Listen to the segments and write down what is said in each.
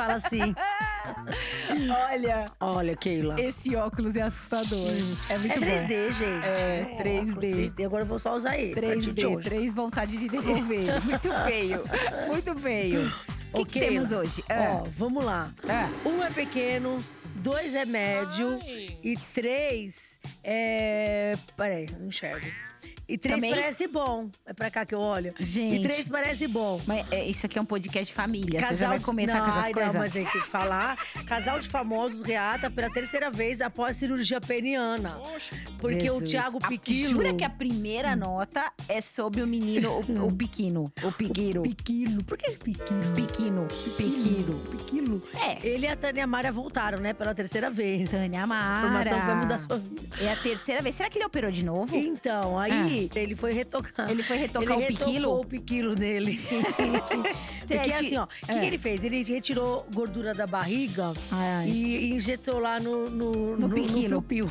fala assim. Olha, Keila. Esse óculos é assustador. É muito bom. 3D, gente. É, 3D. E agora eu vou só usar ele. a partir de 3D, hoje. 3 vontade de devolver. Muito feio. Muito feio. O que temos hoje? Ó, vamos lá. 1 é pequeno, 2 é médio e 3 é… Peraí, não enxergo. E 3 Também? parece bom. É pra cá que eu olho. Gente. E 3 parece bom. Mas isso aqui é um podcast de família. Você já vai começar com essas coisas? Não, mas tem que falar. Casal de famosos reata pela 3ª vez após cirurgia peniana. Porque Jesus. o Thiago Piquilo… Jura que a primeira nota é sobre o menino, o Piquino. O Piquiro. Piquilo. Por que Piquilo? Piquino. Piquilo. É. Ele e a Tânia Mara voltaram, né? Pela 3ª vez. Tânia Mara. Informação que vai mudar sua vida. É a 3ª vez. Será que ele operou de novo? Então, aí ele foi retocar. Ele foi retocar o piquilo? Ele retocou o piquilo dele. Porque assim, ó, o que ele fez? Ele retirou gordura da barriga e injetou lá no piquilo. piu-piu.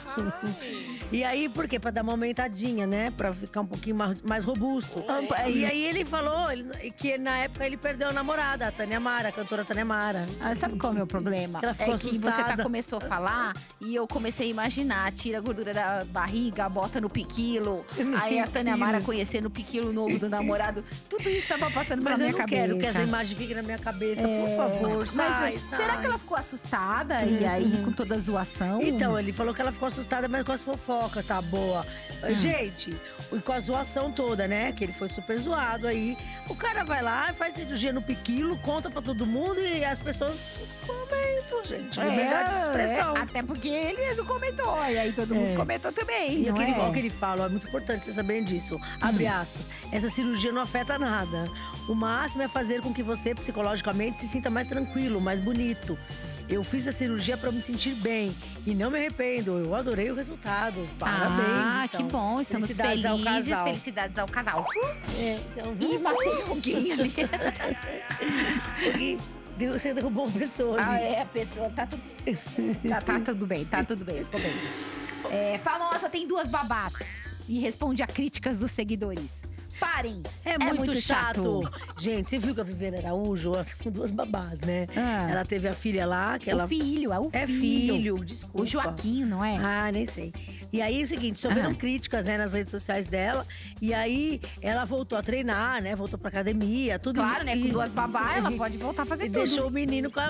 E aí, por quê? Pra dar uma aumentadinha, né? Pra ficar um pouquinho mais robusto. E aí ele falou que na época ele perdeu a namorada, a Tânia Mara, a cantora Tânia Mara. Sabe qual é o meu problema? Ela ficou que assustada. você começou a falar e eu comecei a imaginar. Tira a gordura da barriga, bota no piquilo. Aí a Tânia Mara conhecendo o piquilo novo do namorado. Tudo isso tava passando pela minha cabeça. Mas eu não quero que essa imagem fique na minha cabeça, por favor, sai. Será que ela ficou assustada? E aí, com toda a zoação? Então, ele falou que ela ficou assustada, mas com as fofocas, tá boa. Gente, e com a zoação toda, né? Que ele foi super zoado aí. O cara vai lá, faz cirurgia no piquilo, conta pra todo mundo e as pessoas comentam, gente. Liberdade de expressão. Até porque ele mesmo comentou. E aí todo mundo comentou também. E o que ele fala, é muito importante vocês saberem disso. Abre aspas. Essa cirurgia não afeta nada. O máximo é fazer com que você, psicologicamente, se sinta mais tranquilo, mais bonito. Eu fiz a cirurgia pra me sentir bem e não me arrependo. Eu adorei o resultado. Parabéns. Que bom. Estamos felizes. Ao casal. Felicidades ao casal. Então, Ih, matei alguém ali. Você derrubou uma pessoa ali. A pessoa tá tudo… tá tudo bem, ficou bem. Famosa tem 2 babás e responde a críticas dos seguidores. Parem! É muito chato. Gente, você viu que a Viviane Araújo, ela tá com 2 babás, né? Ela teve a filha lá, que ela… O filho, É filho, desculpa. O Joaquim, não é? Nem sei. E aí, é o seguinte, choveram críticas, né, nas redes sociais dela. E aí, ela voltou a treinar, né? Voltou pra academia, tudo. Claro, né? Com 2 babás, ela pode voltar a fazer tudo. E deixou o menino com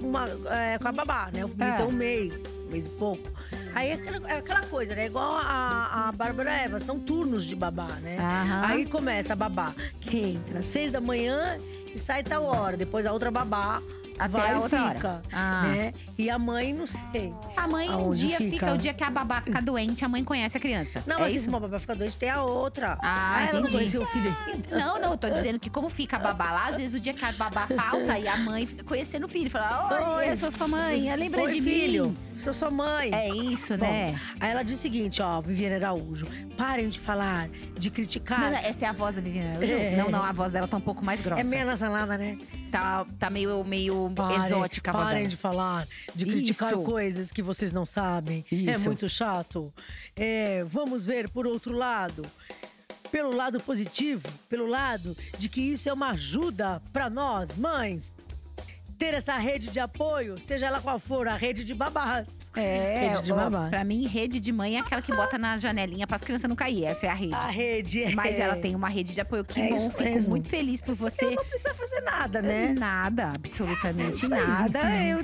a babá, né? O menino tem um mês e pouco. Aí é aquela coisa, né? Igual a Bárbara Eva, são turnos de babá, né? Aí começa a babá, que entra às 6 da manhã e sai tal hora. Depois a outra babá até vai a outra e fica, hora. né? E a mãe, não sei. A mãe um dia fica, o dia que a babá fica doente, a mãe conhece a criança. Não, mas se uma babá fica doente, tem a outra. Ela não conheceu o filho ainda. Não, eu tô dizendo que como fica a babá lá, às vezes o dia que a babá falta e a mãe fica conhecendo o filho. Fala, oi, eu sou sua mãe, lembra de filho, mim? Sou sua mãe. É isso, né? Aí ela diz o seguinte, ó, Viviane Araújo. Parem de falar, de criticar. Não, essa é a voz da Viviane Araújo? Não, a voz dela tá um pouco mais grossa. É meio anasalada, né? Tá meio exótica a voz dela. Parem de falar, de criticar coisas que vocês não sabem. É muito chato. Vamos ver por outro lado. Pelo lado positivo, pelo lado de que isso é uma ajuda pra nós, mães. Ter essa rede de apoio, seja ela qual for, a rede de babás. Rede de babás. Pra mim, rede de mãe é aquela que bota na janelinha para as crianças não cair. Essa é a rede. A rede. Mas ela tem uma rede de apoio. Que bom, fico muito feliz por você. Não precisa fazer nada, né? Nada, absolutamente nada.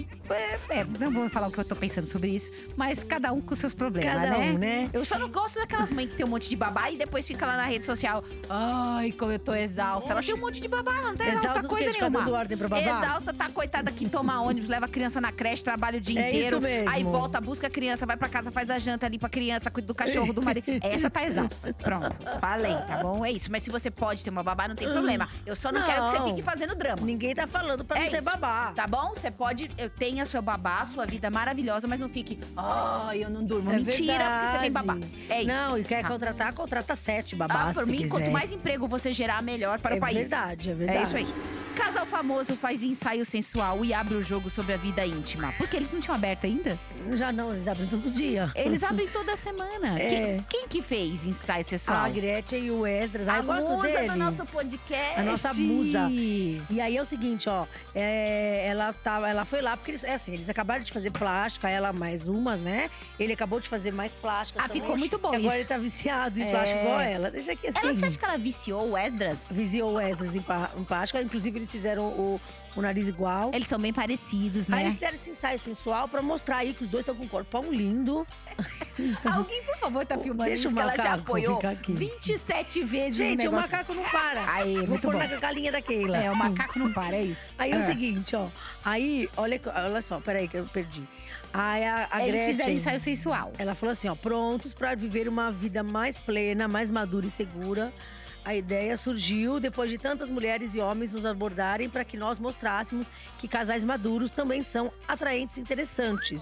Não vou falar o que eu tô pensando sobre isso, mas cada um com seus problemas, né? Eu só não gosto daquelas mães que tem um monte de babá e depois fica lá na rede social. Ai, como eu tô exausta. Ela tem um monte de babá, ela não tá exausta coisa nenhuma. Dando ordem pra babá? Exausta, tá coitada que toma ônibus, leva a criança na creche, trabalha o dia inteiro. Isso mesmo. Aí volta, busca a criança, vai pra casa, faz a janta ali pra criança, cuida do cachorro, do marido. Essa tá exausta. Pronto, falei, tá bom? É isso. Mas se você pode ter uma babá, não tem problema. Eu só não quero que você fique fazendo drama. Ninguém tá falando pra não ter babá. Tá bom? Você pode, tenha seu babá, sua vida maravilhosa, mas não fique, eu não durmo. Mentira, porque você tem babá. É isso. Não, e quer contratar, contrata 7 babás, por se mim, quiser. quanto mais emprego você gerar, melhor para o país. É verdade, é verdade. É isso aí. casal famoso faz ensaio sensual e abre o jogo sobre a vida íntima? Porque eles não tinham aberto ainda? Já não, eles abrem todo dia. Eles abrem toda semana. Quem que fez ensaio sensual? A Gretchen e o Esdras. A musa do nosso podcast. A nossa musa. E aí é o seguinte, ó. Ela foi lá porque eles acabaram de fazer plástica, ela mais uma, né? Ele acabou de fazer mais plástica. Ficou muito bom isso. Agora ele tá viciado em plástica igual ela. Deixa aqui assim. Você acha que ela viciou o Esdras? Viciou o Esdras em plástica. Inclusive, eles fizeram o nariz igual. Eles são bem parecidos, né? Aí eles fizeram esse ensaio sensual pra mostrar aí que os dois estão com um corpão lindo. Alguém, por favor, tá filmando isso, que ela já apoiou 27 vezes. Gente, o macaco não para. Aí, vou pôr na galinha da Keila. O macaco não para, é isso. Aí é o seguinte, ó. Aí, olha só, peraí que eu perdi. Aí a Eles Gretchen, fizeram ensaio sensual. Ela falou assim, ó. Prontos pra viver uma vida mais plena, mais madura e segura. A ideia surgiu depois de tantas mulheres e homens nos abordarem para que nós mostrássemos que casais maduros também são atraentes e interessantes.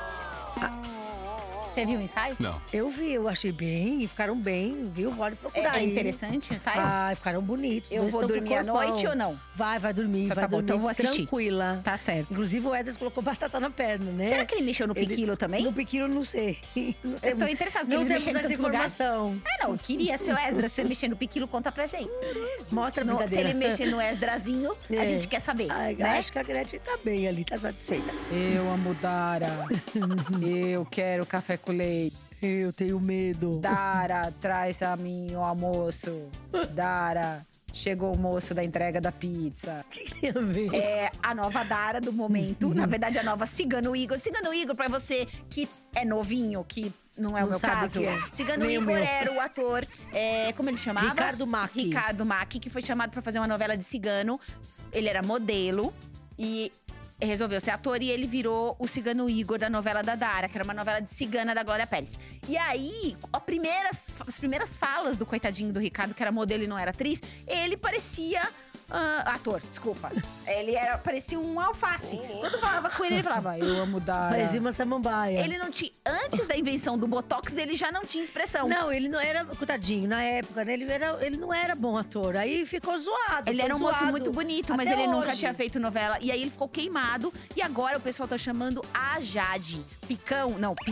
Você viu o ensaio? Não. Eu vi, eu achei bem, e ficaram bem, viu? Pode procurar aí. É interessante o ensaio? Ficaram bonitos. Eu vou dormir à noite ou não? Vai dormir, então, vai tá bom, dormir então eu vou assistir. Tranquila. Tá certo. Inclusive o Edson colocou batata na perna, né? Será que ele mexeu no piquilo também? No piquilo, não sei. Eu tô interessada, porque eles mexeram em tantos lugares. Não, eu queria, seu Esdras, se ele mexer no piquilo, conta pra gente. Mostra a brincadeira. Se ele mexer no Esdrazinho, a gente quer saber, né? Acho que a Gretchen tá bem ali, tá satisfeita. Eu amo Dara. Eu quero café com leite. Eu tenho medo. Dara, traz a mim o almoço. Dara, chegou o moço da entrega da pizza. O que tem a ver? É a nova Dara do momento. Na verdade, a nova Cigano Igor. Cigano Igor, pra você que é novinho, que não é o meu caso. Cigano Igor era o ator, como ele chamava? Ricardo Mack, que foi chamado pra fazer uma novela de cigano. Ele era modelo e resolveu ser ator e ele virou o Cigano Igor da novela da Dara, que era uma novela de cigana da Glória Pérez. E aí, as primeiras falas do coitadinho do Ricardo, que era modelo e não era atriz, ele parecia… ator, desculpa. Ele parecia um alface. Quando falava com ele falava, eu amo Dara. Parecia uma samambaia. Ele não tinha… Antes da invenção do Botox, ele já não tinha expressão. Não, ele não era… Coitadinho, na época, né? Ele não era bom ator. Aí ficou zoado. Ele era um moço muito bonito, mas ele nunca tinha feito feito novela. E aí ele ficou queimado. E agora o pessoal tá chamando a Jade Picão,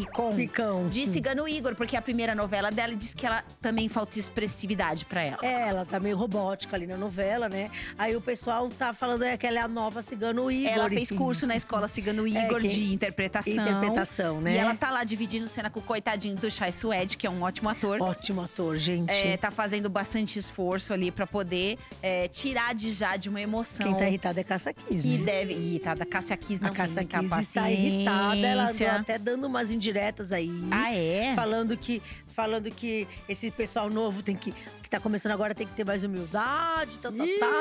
de Cigano Igor. Porque a primeira novela dela diz que ela também falta expressividade pra ela. Ela tá meio robótica ali na novela, né? Aí o pessoal tá falando que ela é a nova Cigano Igor. Ela fez curso na escola Cigano Igor de interpretação. Interpretação, né? E ela tá lá dividindo cena com o coitadinho do Chai Suede, que é um ótimo ator. Ótimo ator, gente. Tá fazendo bastante esforço ali pra poder tirar de Jade uma emoção. Quem tá irritada é Cássia Kiss, que deve… Irritada, a Cássia Kiss não tem muita paciência. Está irritada, ela até dando umas indiretas aí. Ah, é? Falando que esse pessoal novo que tá começando agora tem que ter mais humildade, tal.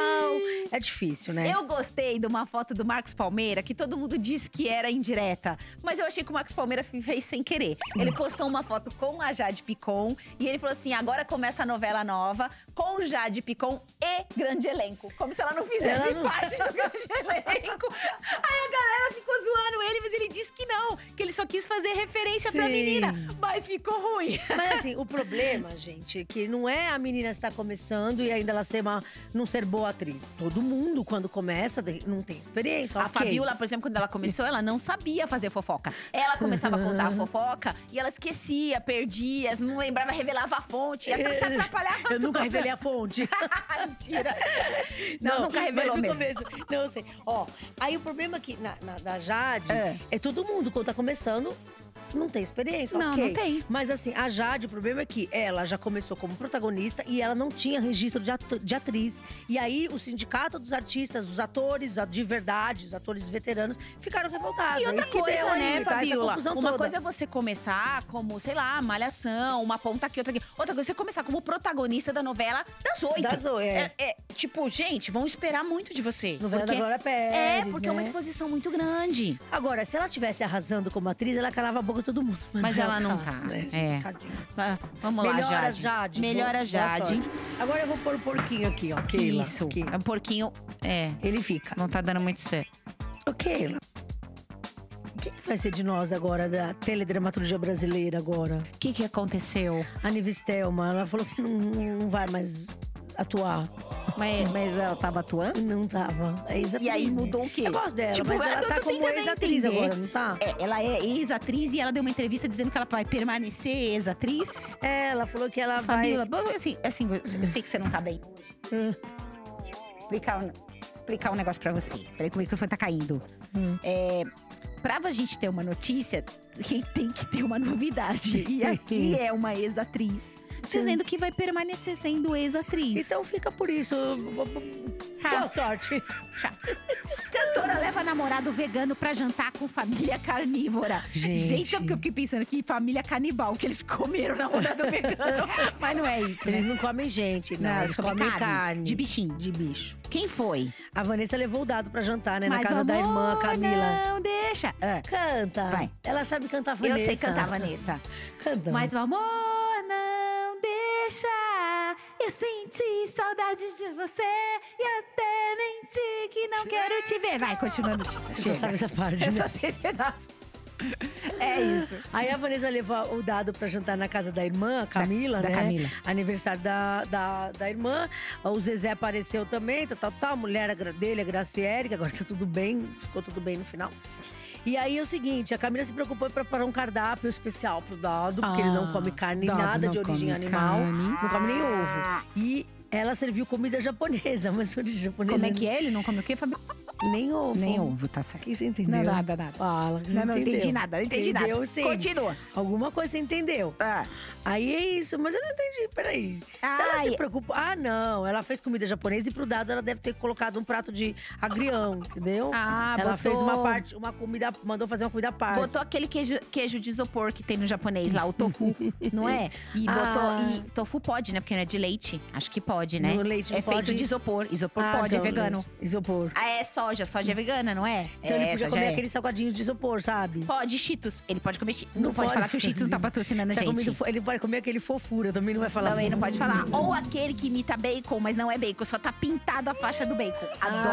É difícil, né? Eu gostei de uma foto do Marcos Palmeira, que todo mundo disse que era indireta. Mas eu achei que o Marcos Palmeira fez sem querer. Ele postou uma foto com a Jade Picon. E ele falou assim, agora começa a novela nova com Jade Picon e grande elenco. Como se ela não fizesse parte do grande elenco. Aí a galera ficou zoando ele, mas ele disse que não. Que ele só quis fazer referência pra menina. Mas ficou ruim. Mas assim, o problema, gente, é que não é a menina estar começando e ainda ela não ser boa atriz. Todo mundo, quando começa, não tem experiência. A Fabiola, por exemplo, quando ela começou, ela não sabia fazer fofoca. Ela começava a contar a fofoca e ela esquecia, perdia, não lembrava, revelava a fonte. Até se atrapalhava. Eu nunca revelei a fonte. Mentira. Não, nunca revelou mesmo. Começo, não, eu sei. Ó, aí o problema aqui da Jade é todo mundo, quando tá começando… Não tem experiência, não tem. Mas assim, a Jade, o problema é que ela já começou como protagonista e ela não tinha registro de atriz. E aí, o sindicato dos artistas, os atores de verdade, os atores veteranos, ficaram revoltados. E outra coisa, né, Fabiola? Uma toda. coisa é você começar como, sei lá, malhação, uma ponta aqui, outra aqui. Outra coisa é você começar como protagonista da novela das 8. Tipo, gente, vão esperar muito de você. Novela da Glória Pérez, porque é uma exposição muito grande. Agora, se ela estivesse arrasando como atriz, ela calava a boca todo mundo. Mas ela não tá. Né? Vamos lá, Jade. Melhora a Jade. Agora eu vou pôr o porquinho aqui, ó. Keila. Isso. Aqui. É um porquinho. Ele fica. Não tá dando muito certo. Ô, Keila. O que vai ser de nós agora, da teledramaturgia brasileira agora? O que aconteceu? A Nive Stelman, ela falou que não vai mais atuar. Mas ela tava atuando? Não tava. É ex-atriz. E aí mudou o quê? Eu gosto dela, mas ela tá como ex-atriz agora, não tá? Ela é ex-atriz e ela deu uma entrevista dizendo que ela vai permanecer ex-atriz. Ela falou que ela Fabíola, assim, eu sei que você não tá bem hoje. Explicar um negócio pra você. Peraí que o microfone tá caindo. Pra gente ter uma notícia, tem que ter uma novidade. E aqui é uma ex-atriz dizendo que vai permanecer sendo ex-atriz. Então fica por isso. Boa sorte. Tchau. Cantora leva namorado vegano pra jantar com família carnívora. Gente, sabe o que eu fiquei pensando aqui? Família canibal, que eles comeram namorado vegano. Mas não é isso, Eles não comem gente, não. Eles comem carne. De bichinho. De bicho. Quem foi? A Vanessa levou o dado pra jantar, né? Mas na casa da irmã, Camila. Não, deixa. Canta. Vai. Ela sabe cantar, Vanessa. Eu sei cantar, Vanessa. Canta. Mas o amor não deixa. Eu senti saudade de você e até menti que não quero te ver. Vai, continua a notícia. Você só sabe essa parte, Eu né? só sei esse pedaço. É isso. Aí a Vanessa levou o dado pra jantar na casa da irmã, a Camila, da né? Camila. Aniversário da irmã. O Zezé apareceu também, tal. A mulher dele, a Graciele, que agora tá tudo bem. Ficou tudo bem no final. E aí é o seguinte, a Camila se preocupou em preparar um cardápio especial pro Dado, porque ele não come carne, nada de origem animal. Não come nem ovo. E ela serviu comida japonesa, mas origem japonesa. Como é que é? Ele não come o quê, Fabi? Nem ovo. Nem ovo, tá certo. O que você entendeu? Não, nada. Fala, Não entendi nada, Entendeu, sim. Continua. Alguma coisa você entendeu. Aí é isso, mas eu não entendi, peraí. Se ela se preocupa… não, ela fez comida japonesa e pro Dado ela deve ter colocado um prato de agrião, entendeu? Ela fez uma comida, mandou fazer uma comida à parte. Botou aquele queijo de isopor que tem no japonês lá, o tofu, não é? E botou… E tofu pode, né? Porque não é de leite. Acho que pode, né? No leite não feito pode? de isopor. Isopor pode, é vegano. Isopor. É soja é vegana, não é? Então ele podia comer aquele salgadinho de isopor, sabe? Pode, Cheetos. Ele pode comer Cheetos. Não pode falar que o Cheetos não tá patrocinando a gente. Ele pode comer aquele fofura, também não vai falar. Também não pode falar. Ou aquele que imita bacon, mas não é bacon, só tá pintado a faixa do bacon.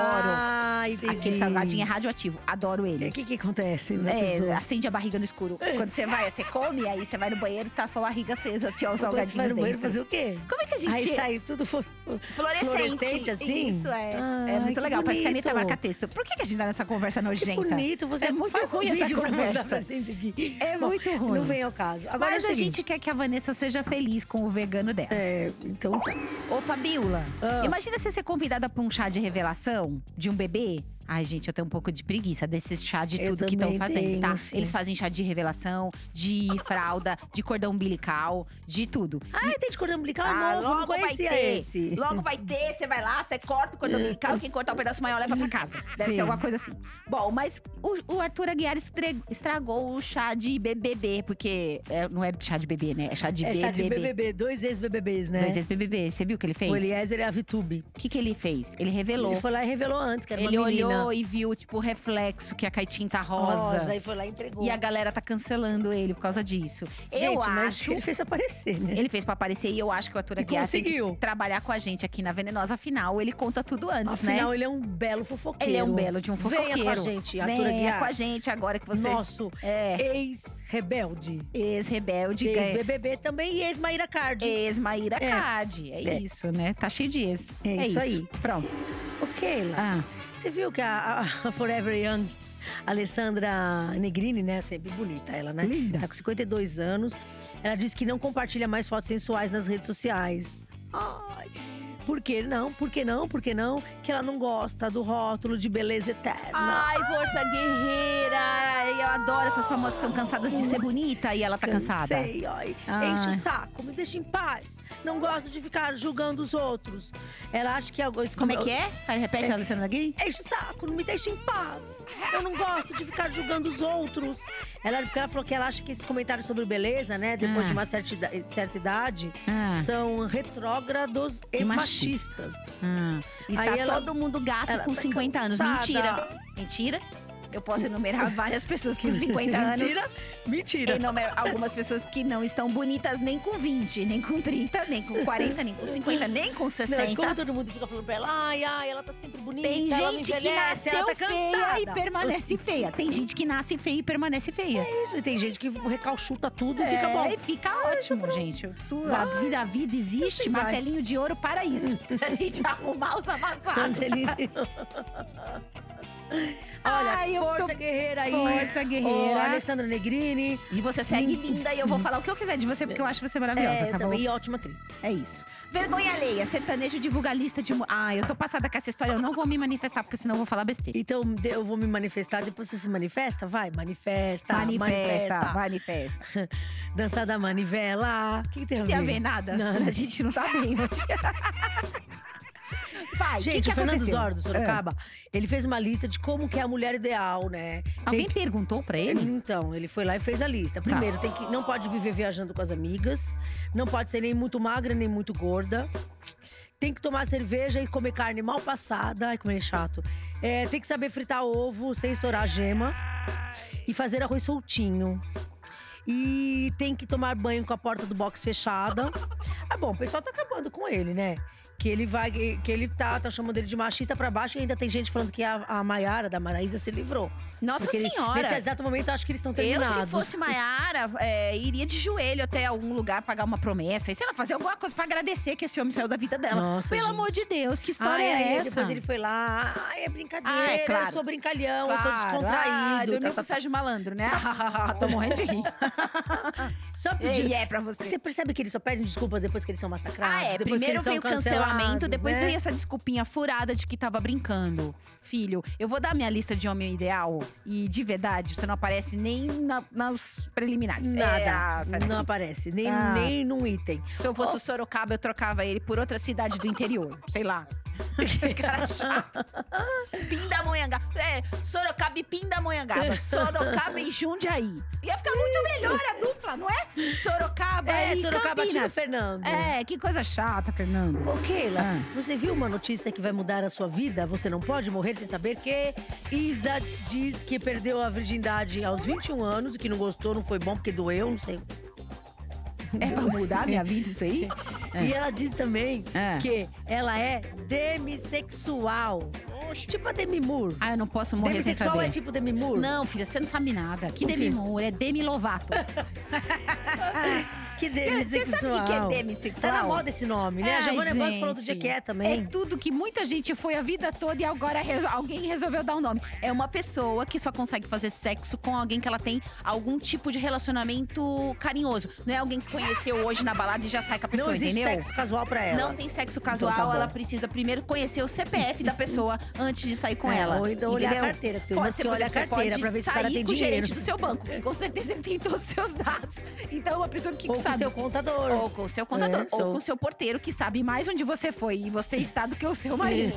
Adoro. Entendi. Aquele salgadinho é radioativo. Adoro ele. O que acontece? Acende a barriga no escuro. Quando você come, aí você vai no banheiro, tá a sua barriga acesa, assim, ó, o salgadinho você vai no banheiro dentro. fazer o quê? Como é que a gente… Aí sai tudo fluorescente, assim? Isso, é muito legal. Parece caneta marca-texto. Por que a gente tá nessa conversa nojenta? Que bonito, você é muito ruim essa conversa. Aqui. É muito ruim. Não vem ao caso. Agora mas a gente quer que a Vanessa seja feliz com o vegano dela. Então tá. Ô, Fabíola, imagina você ser convidada pra um chá de revelação de um bebê. Ai, gente, eu tenho um pouco de preguiça desses chá de tudo que estão fazendo, tá? Sim. Eles fazem chá de revelação, de fralda, de cordão umbilical, de tudo. Tem de cordão umbilical novo, logo não conhecia vai ter. esse. Logo vai ter, você vai lá, você corta o cordão umbilical, quem cortar o pedaço maior leva pra casa. Deve ser alguma coisa assim. Bom, mas o Arthur Aguiar estragou o chá de BBB, porque não é chá de bebê, né? É chá de BBB. É chá de BBB, 2 ex-BBBs, né? 2 ex-BBB, você viu o que ele fez? O Eliezer e a Vitube. O que ele fez? Ele revelou. Ele foi lá e revelou antes, que era uma menina. Ele olhou e viu, tipo, o reflexo que a Caetinha tá rosa. Aí foi lá e entregou. E a galera tá cancelando ele por causa disso. Gente, mas ele fez aparecer, né? Ele fez pra aparecer e eu acho que o Arthur Aguiar tem que trabalhar com a gente aqui na Venenosa. Afinal, ele conta tudo antes, né? Afinal, ele é um belo fofoqueiro. Ele é um belo de um fofoqueiro. Venha com a gente, Arthur Aguiar. Venha com a gente agora que vocês… Nosso ex-rebelde. Ex-rebelde. Ex-BBB também e ex-Maíra Card. Ex-Maíra Card. É isso, né? Tá cheio de ex. É isso aí. Pronto. Ok, Keila. Você viu que a Forever Young, Alessandra Negrini, né? Sempre bonita ela, né? Linda. Tá com 52 anos. Ela disse que não compartilha mais fotos sensuais nas redes sociais. Ai… Por que não? Por que não? Por que não? Que ela não gosta do rótulo de beleza eterna. Ai, força guerreira! Eu adoro essas famosas que estão cansadas de ser bonita e ela tá cansada. Sei, ai. Enche o saco, me deixa em paz. Não gosto de ficar julgando os outros. Ela acha que… Como é que é? Repete a Alessandra Negrini. Enche o saco, não me deixa em paz. Eu não gosto de ficar julgando os outros. Porque ela falou que ela acha que esses comentários sobre beleza, né? Depois de uma certa idade, são retrógrados e machistas. Está todo mundo gato com 50 anos. Mentira. Mentira. Eu posso enumerar várias pessoas com 50 anos. Mentira. Algumas pessoas que não estão bonitas nem com 20, nem com 30, nem com 40, nem com 50, nem com 60. Não, como todo mundo fica falando pra ela, ai, ela tá sempre bonita, tem ela gente que nasceu ela tá feia e permanece feia. Tem gente que nasce feia e permanece feia. É isso, e tem gente que recalchuta tudo e fica bom. E fica ótimo, gente. A vida existe, martelinho de ouro para isso. Pra gente arrumar os amassados. Olha, força guerreira aí. Força guerreira. Alessandra Negrini. E você segue linda e eu vou falar o que eu quiser de você, porque eu acho você maravilhosa, tá também, bom? E ótima atriz. É isso. Vergonha alheia, sertanejo divulga lista de… eu tô passada com essa história, eu não vou me manifestar, porque senão eu vou falar besteira. Então, eu vou me manifestar, depois você se manifesta? Vai, manifesta. Dançar da manivela. O que tem a ver? Tem a ver nada? Não, a gente não tá bem hoje. Vai, gente, que o Fernando aconteceu? Zor, do Sorocaba, ele fez uma lista de como que é a mulher ideal, né? Alguém perguntou pra ele? Então, ele foi lá e fez a lista. Primeiro, não pode viver viajando com as amigas. Não pode ser nem muito magra, nem muito gorda. Tem que tomar cerveja e comer carne mal passada. Ai, como é chato. Tem que saber fritar ovo sem estourar a gema. E fazer arroz soltinho. E tem que tomar banho com a porta do box fechada. Bom, o pessoal tá acabando com ele, né? Que ele tá chamando ele de machista pra baixo. E ainda tem gente falando que a Maiara, da Maraísa, se livrou. Nossa Senhora! Nesse exato momento, eu acho que eles estão terminados. Eu, se fosse Maiara, iria de joelho até algum lugar pagar uma promessa. E sei lá, fazer alguma coisa pra agradecer que esse homem saiu da vida dela. Nossa, pelo amor de Deus, que história é essa? Depois ele foi lá, é brincadeira, claro. Eu sou brincalhão, eu sou descontraído. Dormiu com o Sérgio Malandro, né? Tô morrendo de rir. Só pedir. E pra você. Você percebe que eles só pedem desculpas depois que eles são massacrados? Depois primeiro veio o cancelamento, depois veio essa desculpinha furada de que tava brincando. Filho, eu vou dar minha lista de homem ideal e de verdade, você não aparece nem nas preliminares. Nada, não aparece, nem num item. Se eu fosse o Sorocaba, eu trocava ele por outra cidade do interior, sei lá. Cara chato. Pindamonhangaba. Sorocaba e Pindamonhangaba. Sorocaba e Jundiaí. Ia ficar muito melhor a dupla, não é? Sorocaba e Sorocaba tira o Campinas. Fernando. Que coisa chata, Fernando. Ô, Keila, você viu uma notícia que vai mudar a sua vida? Você não pode morrer sem saber que Isa diz que perdeu a virgindade aos 21 anos, que não gostou, não foi bom porque doeu, não sei. É pra mudar a minha vida isso aí? E ela diz também que ela é demissexual. Tipo a Demi Moore. Eu não posso morrer sem saber. Demissexual é tipo Demi Moore? Não, filha, você não sabe nada. Que Demi Moore? É Demi Lovato. Que demissexual. Você sabe o que é demissexual? Tá na moda esse nome, né? A Giovanna Banco falou outro dia que é também. É tudo que muita gente foi a vida toda e agora alguém resolveu dar um nome. É uma pessoa que só consegue fazer sexo com alguém que ela tem algum tipo de relacionamento carinhoso. Não é alguém que conheceu hoje na balada e já sai com a pessoa, não existe entendeu? sexo casual pra ela. Não tem sexo casual, Então tá ela precisa primeiro conhecer o CPF da pessoa antes de sair com ela. Ou então olhar a carteira. Tem umas que olha a carteira pra ver se o cara tem com o dinheiro. gerente do seu banco, que com certeza ele tem todos os seus dados. Então, uma pessoa que ou sabe… com seu contador. Ou com o seu contador. Ou com o seu porteiro, que sabe mais onde você foi e você está do que o seu marido.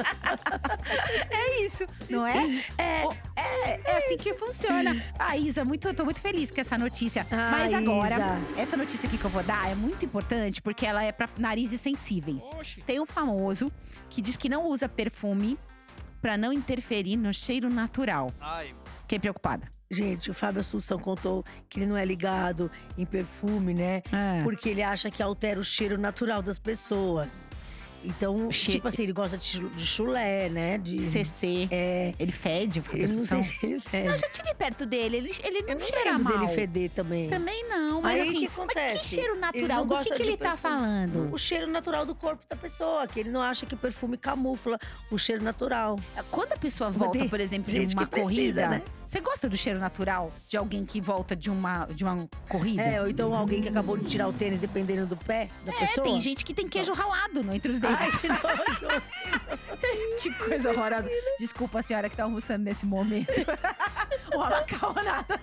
É isso, não é? É assim que funciona. Isa, eu tô muito feliz com essa notícia. Mas agora, essa notícia aqui que eu vou dar é muito importante, porque ela é pra narizes sensíveis. Tem um famoso que diz que não usa perfume pra não interferir no cheiro natural. Fiquei preocupada. Gente, o Fábio Assunção contou que ele não é ligado em perfume, né? Porque ele acha que altera o cheiro natural das pessoas. Então, tipo assim, ele gosta de chulé, né? De CC. Ele fede, o Fábio Assunção. Não sei se ele fede. Não, eu já estive perto dele. Ele não cheira lembro mal. dele feder também. Também não, mas aí, assim… que acontece? Mas que cheiro natural? Do que ele tá falando? O cheiro natural do corpo da pessoa. Que ele não acha que o perfume camufla o cheiro natural. Quando a pessoa volta, por exemplo, de uma corrida… né? Você gosta do cheiro natural de alguém que volta de uma corrida? Ou então alguém que acabou de tirar o tênis, dependendo do pé da pessoa. Tem gente que tem queijo ralado entre os dedos. Ai, que nojo. Que coisa horrorosa. Desculpa a senhora que tá almoçando nesse momento. Uma macarronada.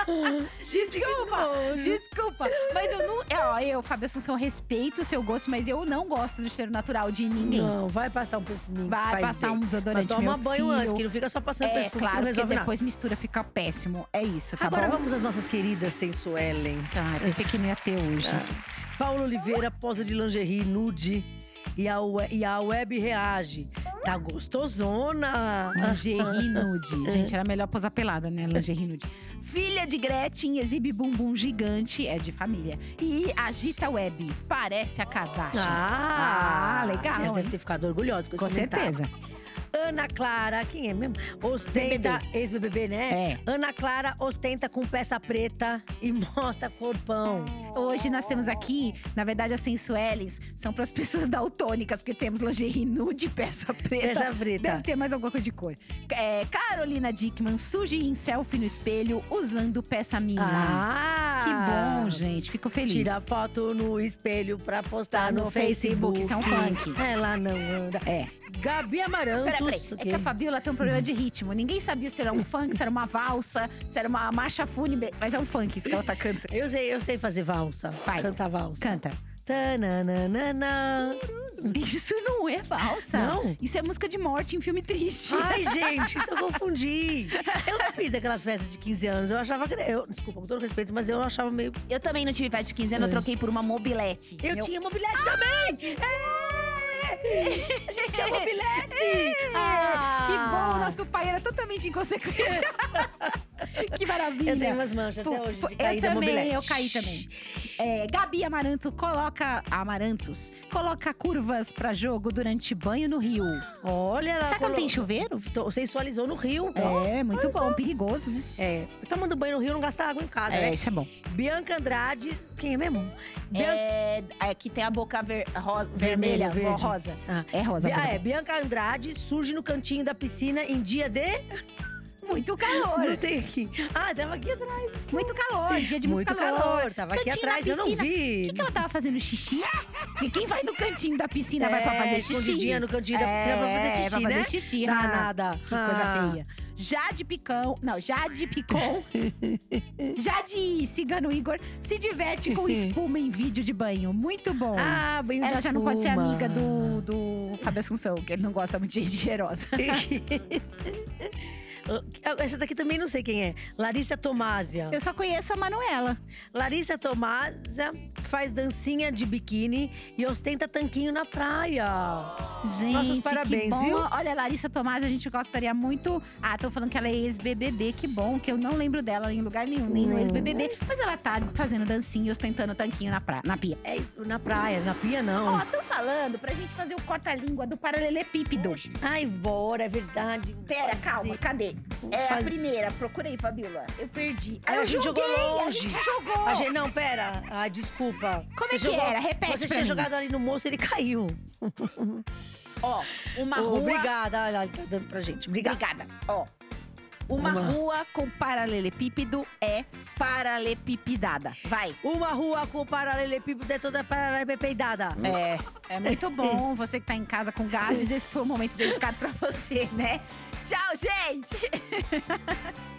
Desculpa. Mas eu não… Fábio Assunção, respeito o seu gosto, mas eu não gosto do cheiro natural de ninguém. Não, vai passar um perfuminho. Vai passar um desodorante. Mas toma banho antes, que não fica só passando perfume. Claro, porque depois mistura, fica péssimo. É isso, tá Agora bom? vamos às nossas queridas sensuelens. Pensei que não ia ter hoje. Paulo Oliveira posa de lingerie nude e a web reage. Tá gostosona. Lingerie nude. Gente, era melhor posar pelada, né? Lingerie nude. Filha de Gretchen exibe bumbum gigante, é de família. E agita web, parece a Kardashian. Legal. Ela deve ter ficado orgulhosa com esse comentário. Certeza. Ana Clara, quem é mesmo? Ostenta, ex-BBB, né? É. Ana Clara ostenta com peça preta e mostra corpão. Hoje nós temos aqui, na verdade, as sensuelles são para as pessoas daltônicas, porque temos lingerie nude, peça preta. Peça preta. Deve ter mais alguma coisa de cor. Carolina Dickman surge em selfie no espelho usando peça mínima. Que bom, gente. Fico feliz. Tira foto no espelho pra postar no Facebook. Isso é um funk. Ela não anda. Gabi Amarantos. Peraí. É que a Fabiola tem um problema de ritmo. Ninguém sabia se era um funk, se era uma valsa, se era uma marcha fúnebre. Mas é um funk isso que ela tá cantando. Eu sei fazer valsa. Faz. Cantar valsa. Canta. Tananana. Isso não é valsa. Não? Isso é música de morte em filme triste. Ai, gente, então eu confundi. Eu não fiz aquelas festas de 15 anos. Eu achava que… desculpa, com todo respeito, mas eu achava meio… Eu também não tive festa de 15 anos, eu troquei por uma mobilete. Eu tinha mobilete também! A gente tinha mobilete! Que bom, nosso pai era totalmente inconsequente. Que maravilha. Eu tenho umas manchas até hoje de cair da mobilete. Eu caí também. Gabi Amarantos coloca curvas pra jogo durante banho no rio. Olha, ela será que não tem chuveiro? Sensualizou no rio. Muito bom, perigoso, né? Tomando banho no rio, não gasta água em casa, né? Isso é bom. Bianca Andrade, quem é mesmo? Que tem a boca vermelha, rosa. É rosa. Bianca Andrade surge no cantinho da piscina em dia de… Muito calor. Não tem aqui. Tava aqui atrás. Muito calor, dia de muito calor. Tava aqui atrás, eu não vi. O que ela tava fazendo xixi? E quem vai no cantinho da piscina vai pra fazer xixi. Escondidinha no cantinho da piscina pra fazer xixi, pra fazer xixi. Nada. Que coisa feia. Jade Picon. Jade Cigano Igor se diverte com espuma em vídeo de banho. Muito bom. Banho de Ela já espuma. não pode ser amiga do Fábio Assunção, que ele não gosta muito de gente cheirosa. Essa daqui também não sei quem é. Larissa Tomásia. Eu só conheço a Manuela. Larissa Tomásia faz dancinha de biquíni e ostenta tanquinho na praia. Gente, nossos parabéns, que bom. Viu? Olha, Larissa Tomásia, a gente gostaria muito… Estão falando que ela é ex-BBB. Que bom, que eu não lembro dela em lugar nenhum, nem no ex-BBB. Mas ela tá fazendo dancinha e ostentando tanquinho na pia. É isso, na praia, na pia não. Estão falando pra gente fazer o corta-língua do paralelepípedo. Ai, bora, é verdade. Pera, calma, cadê? A primeira, procurei, Fabiola. Eu perdi. A gente jogou longe. A gente jogou. Não, pera. desculpa. Como é que era? Repete Você pra tinha mim. jogado ali no moço, ele caiu. Uma rua… Obrigada, olha, ele tá dando pra gente. Obrigada. Uma rua com paralelepípedo é paralepipidada. Vai. Uma rua com paralelepípedo é toda paralelepipedada. É muito bom. Você que tá em casa com gases, esse foi o momento dedicado pra você, né? Tchau, gente!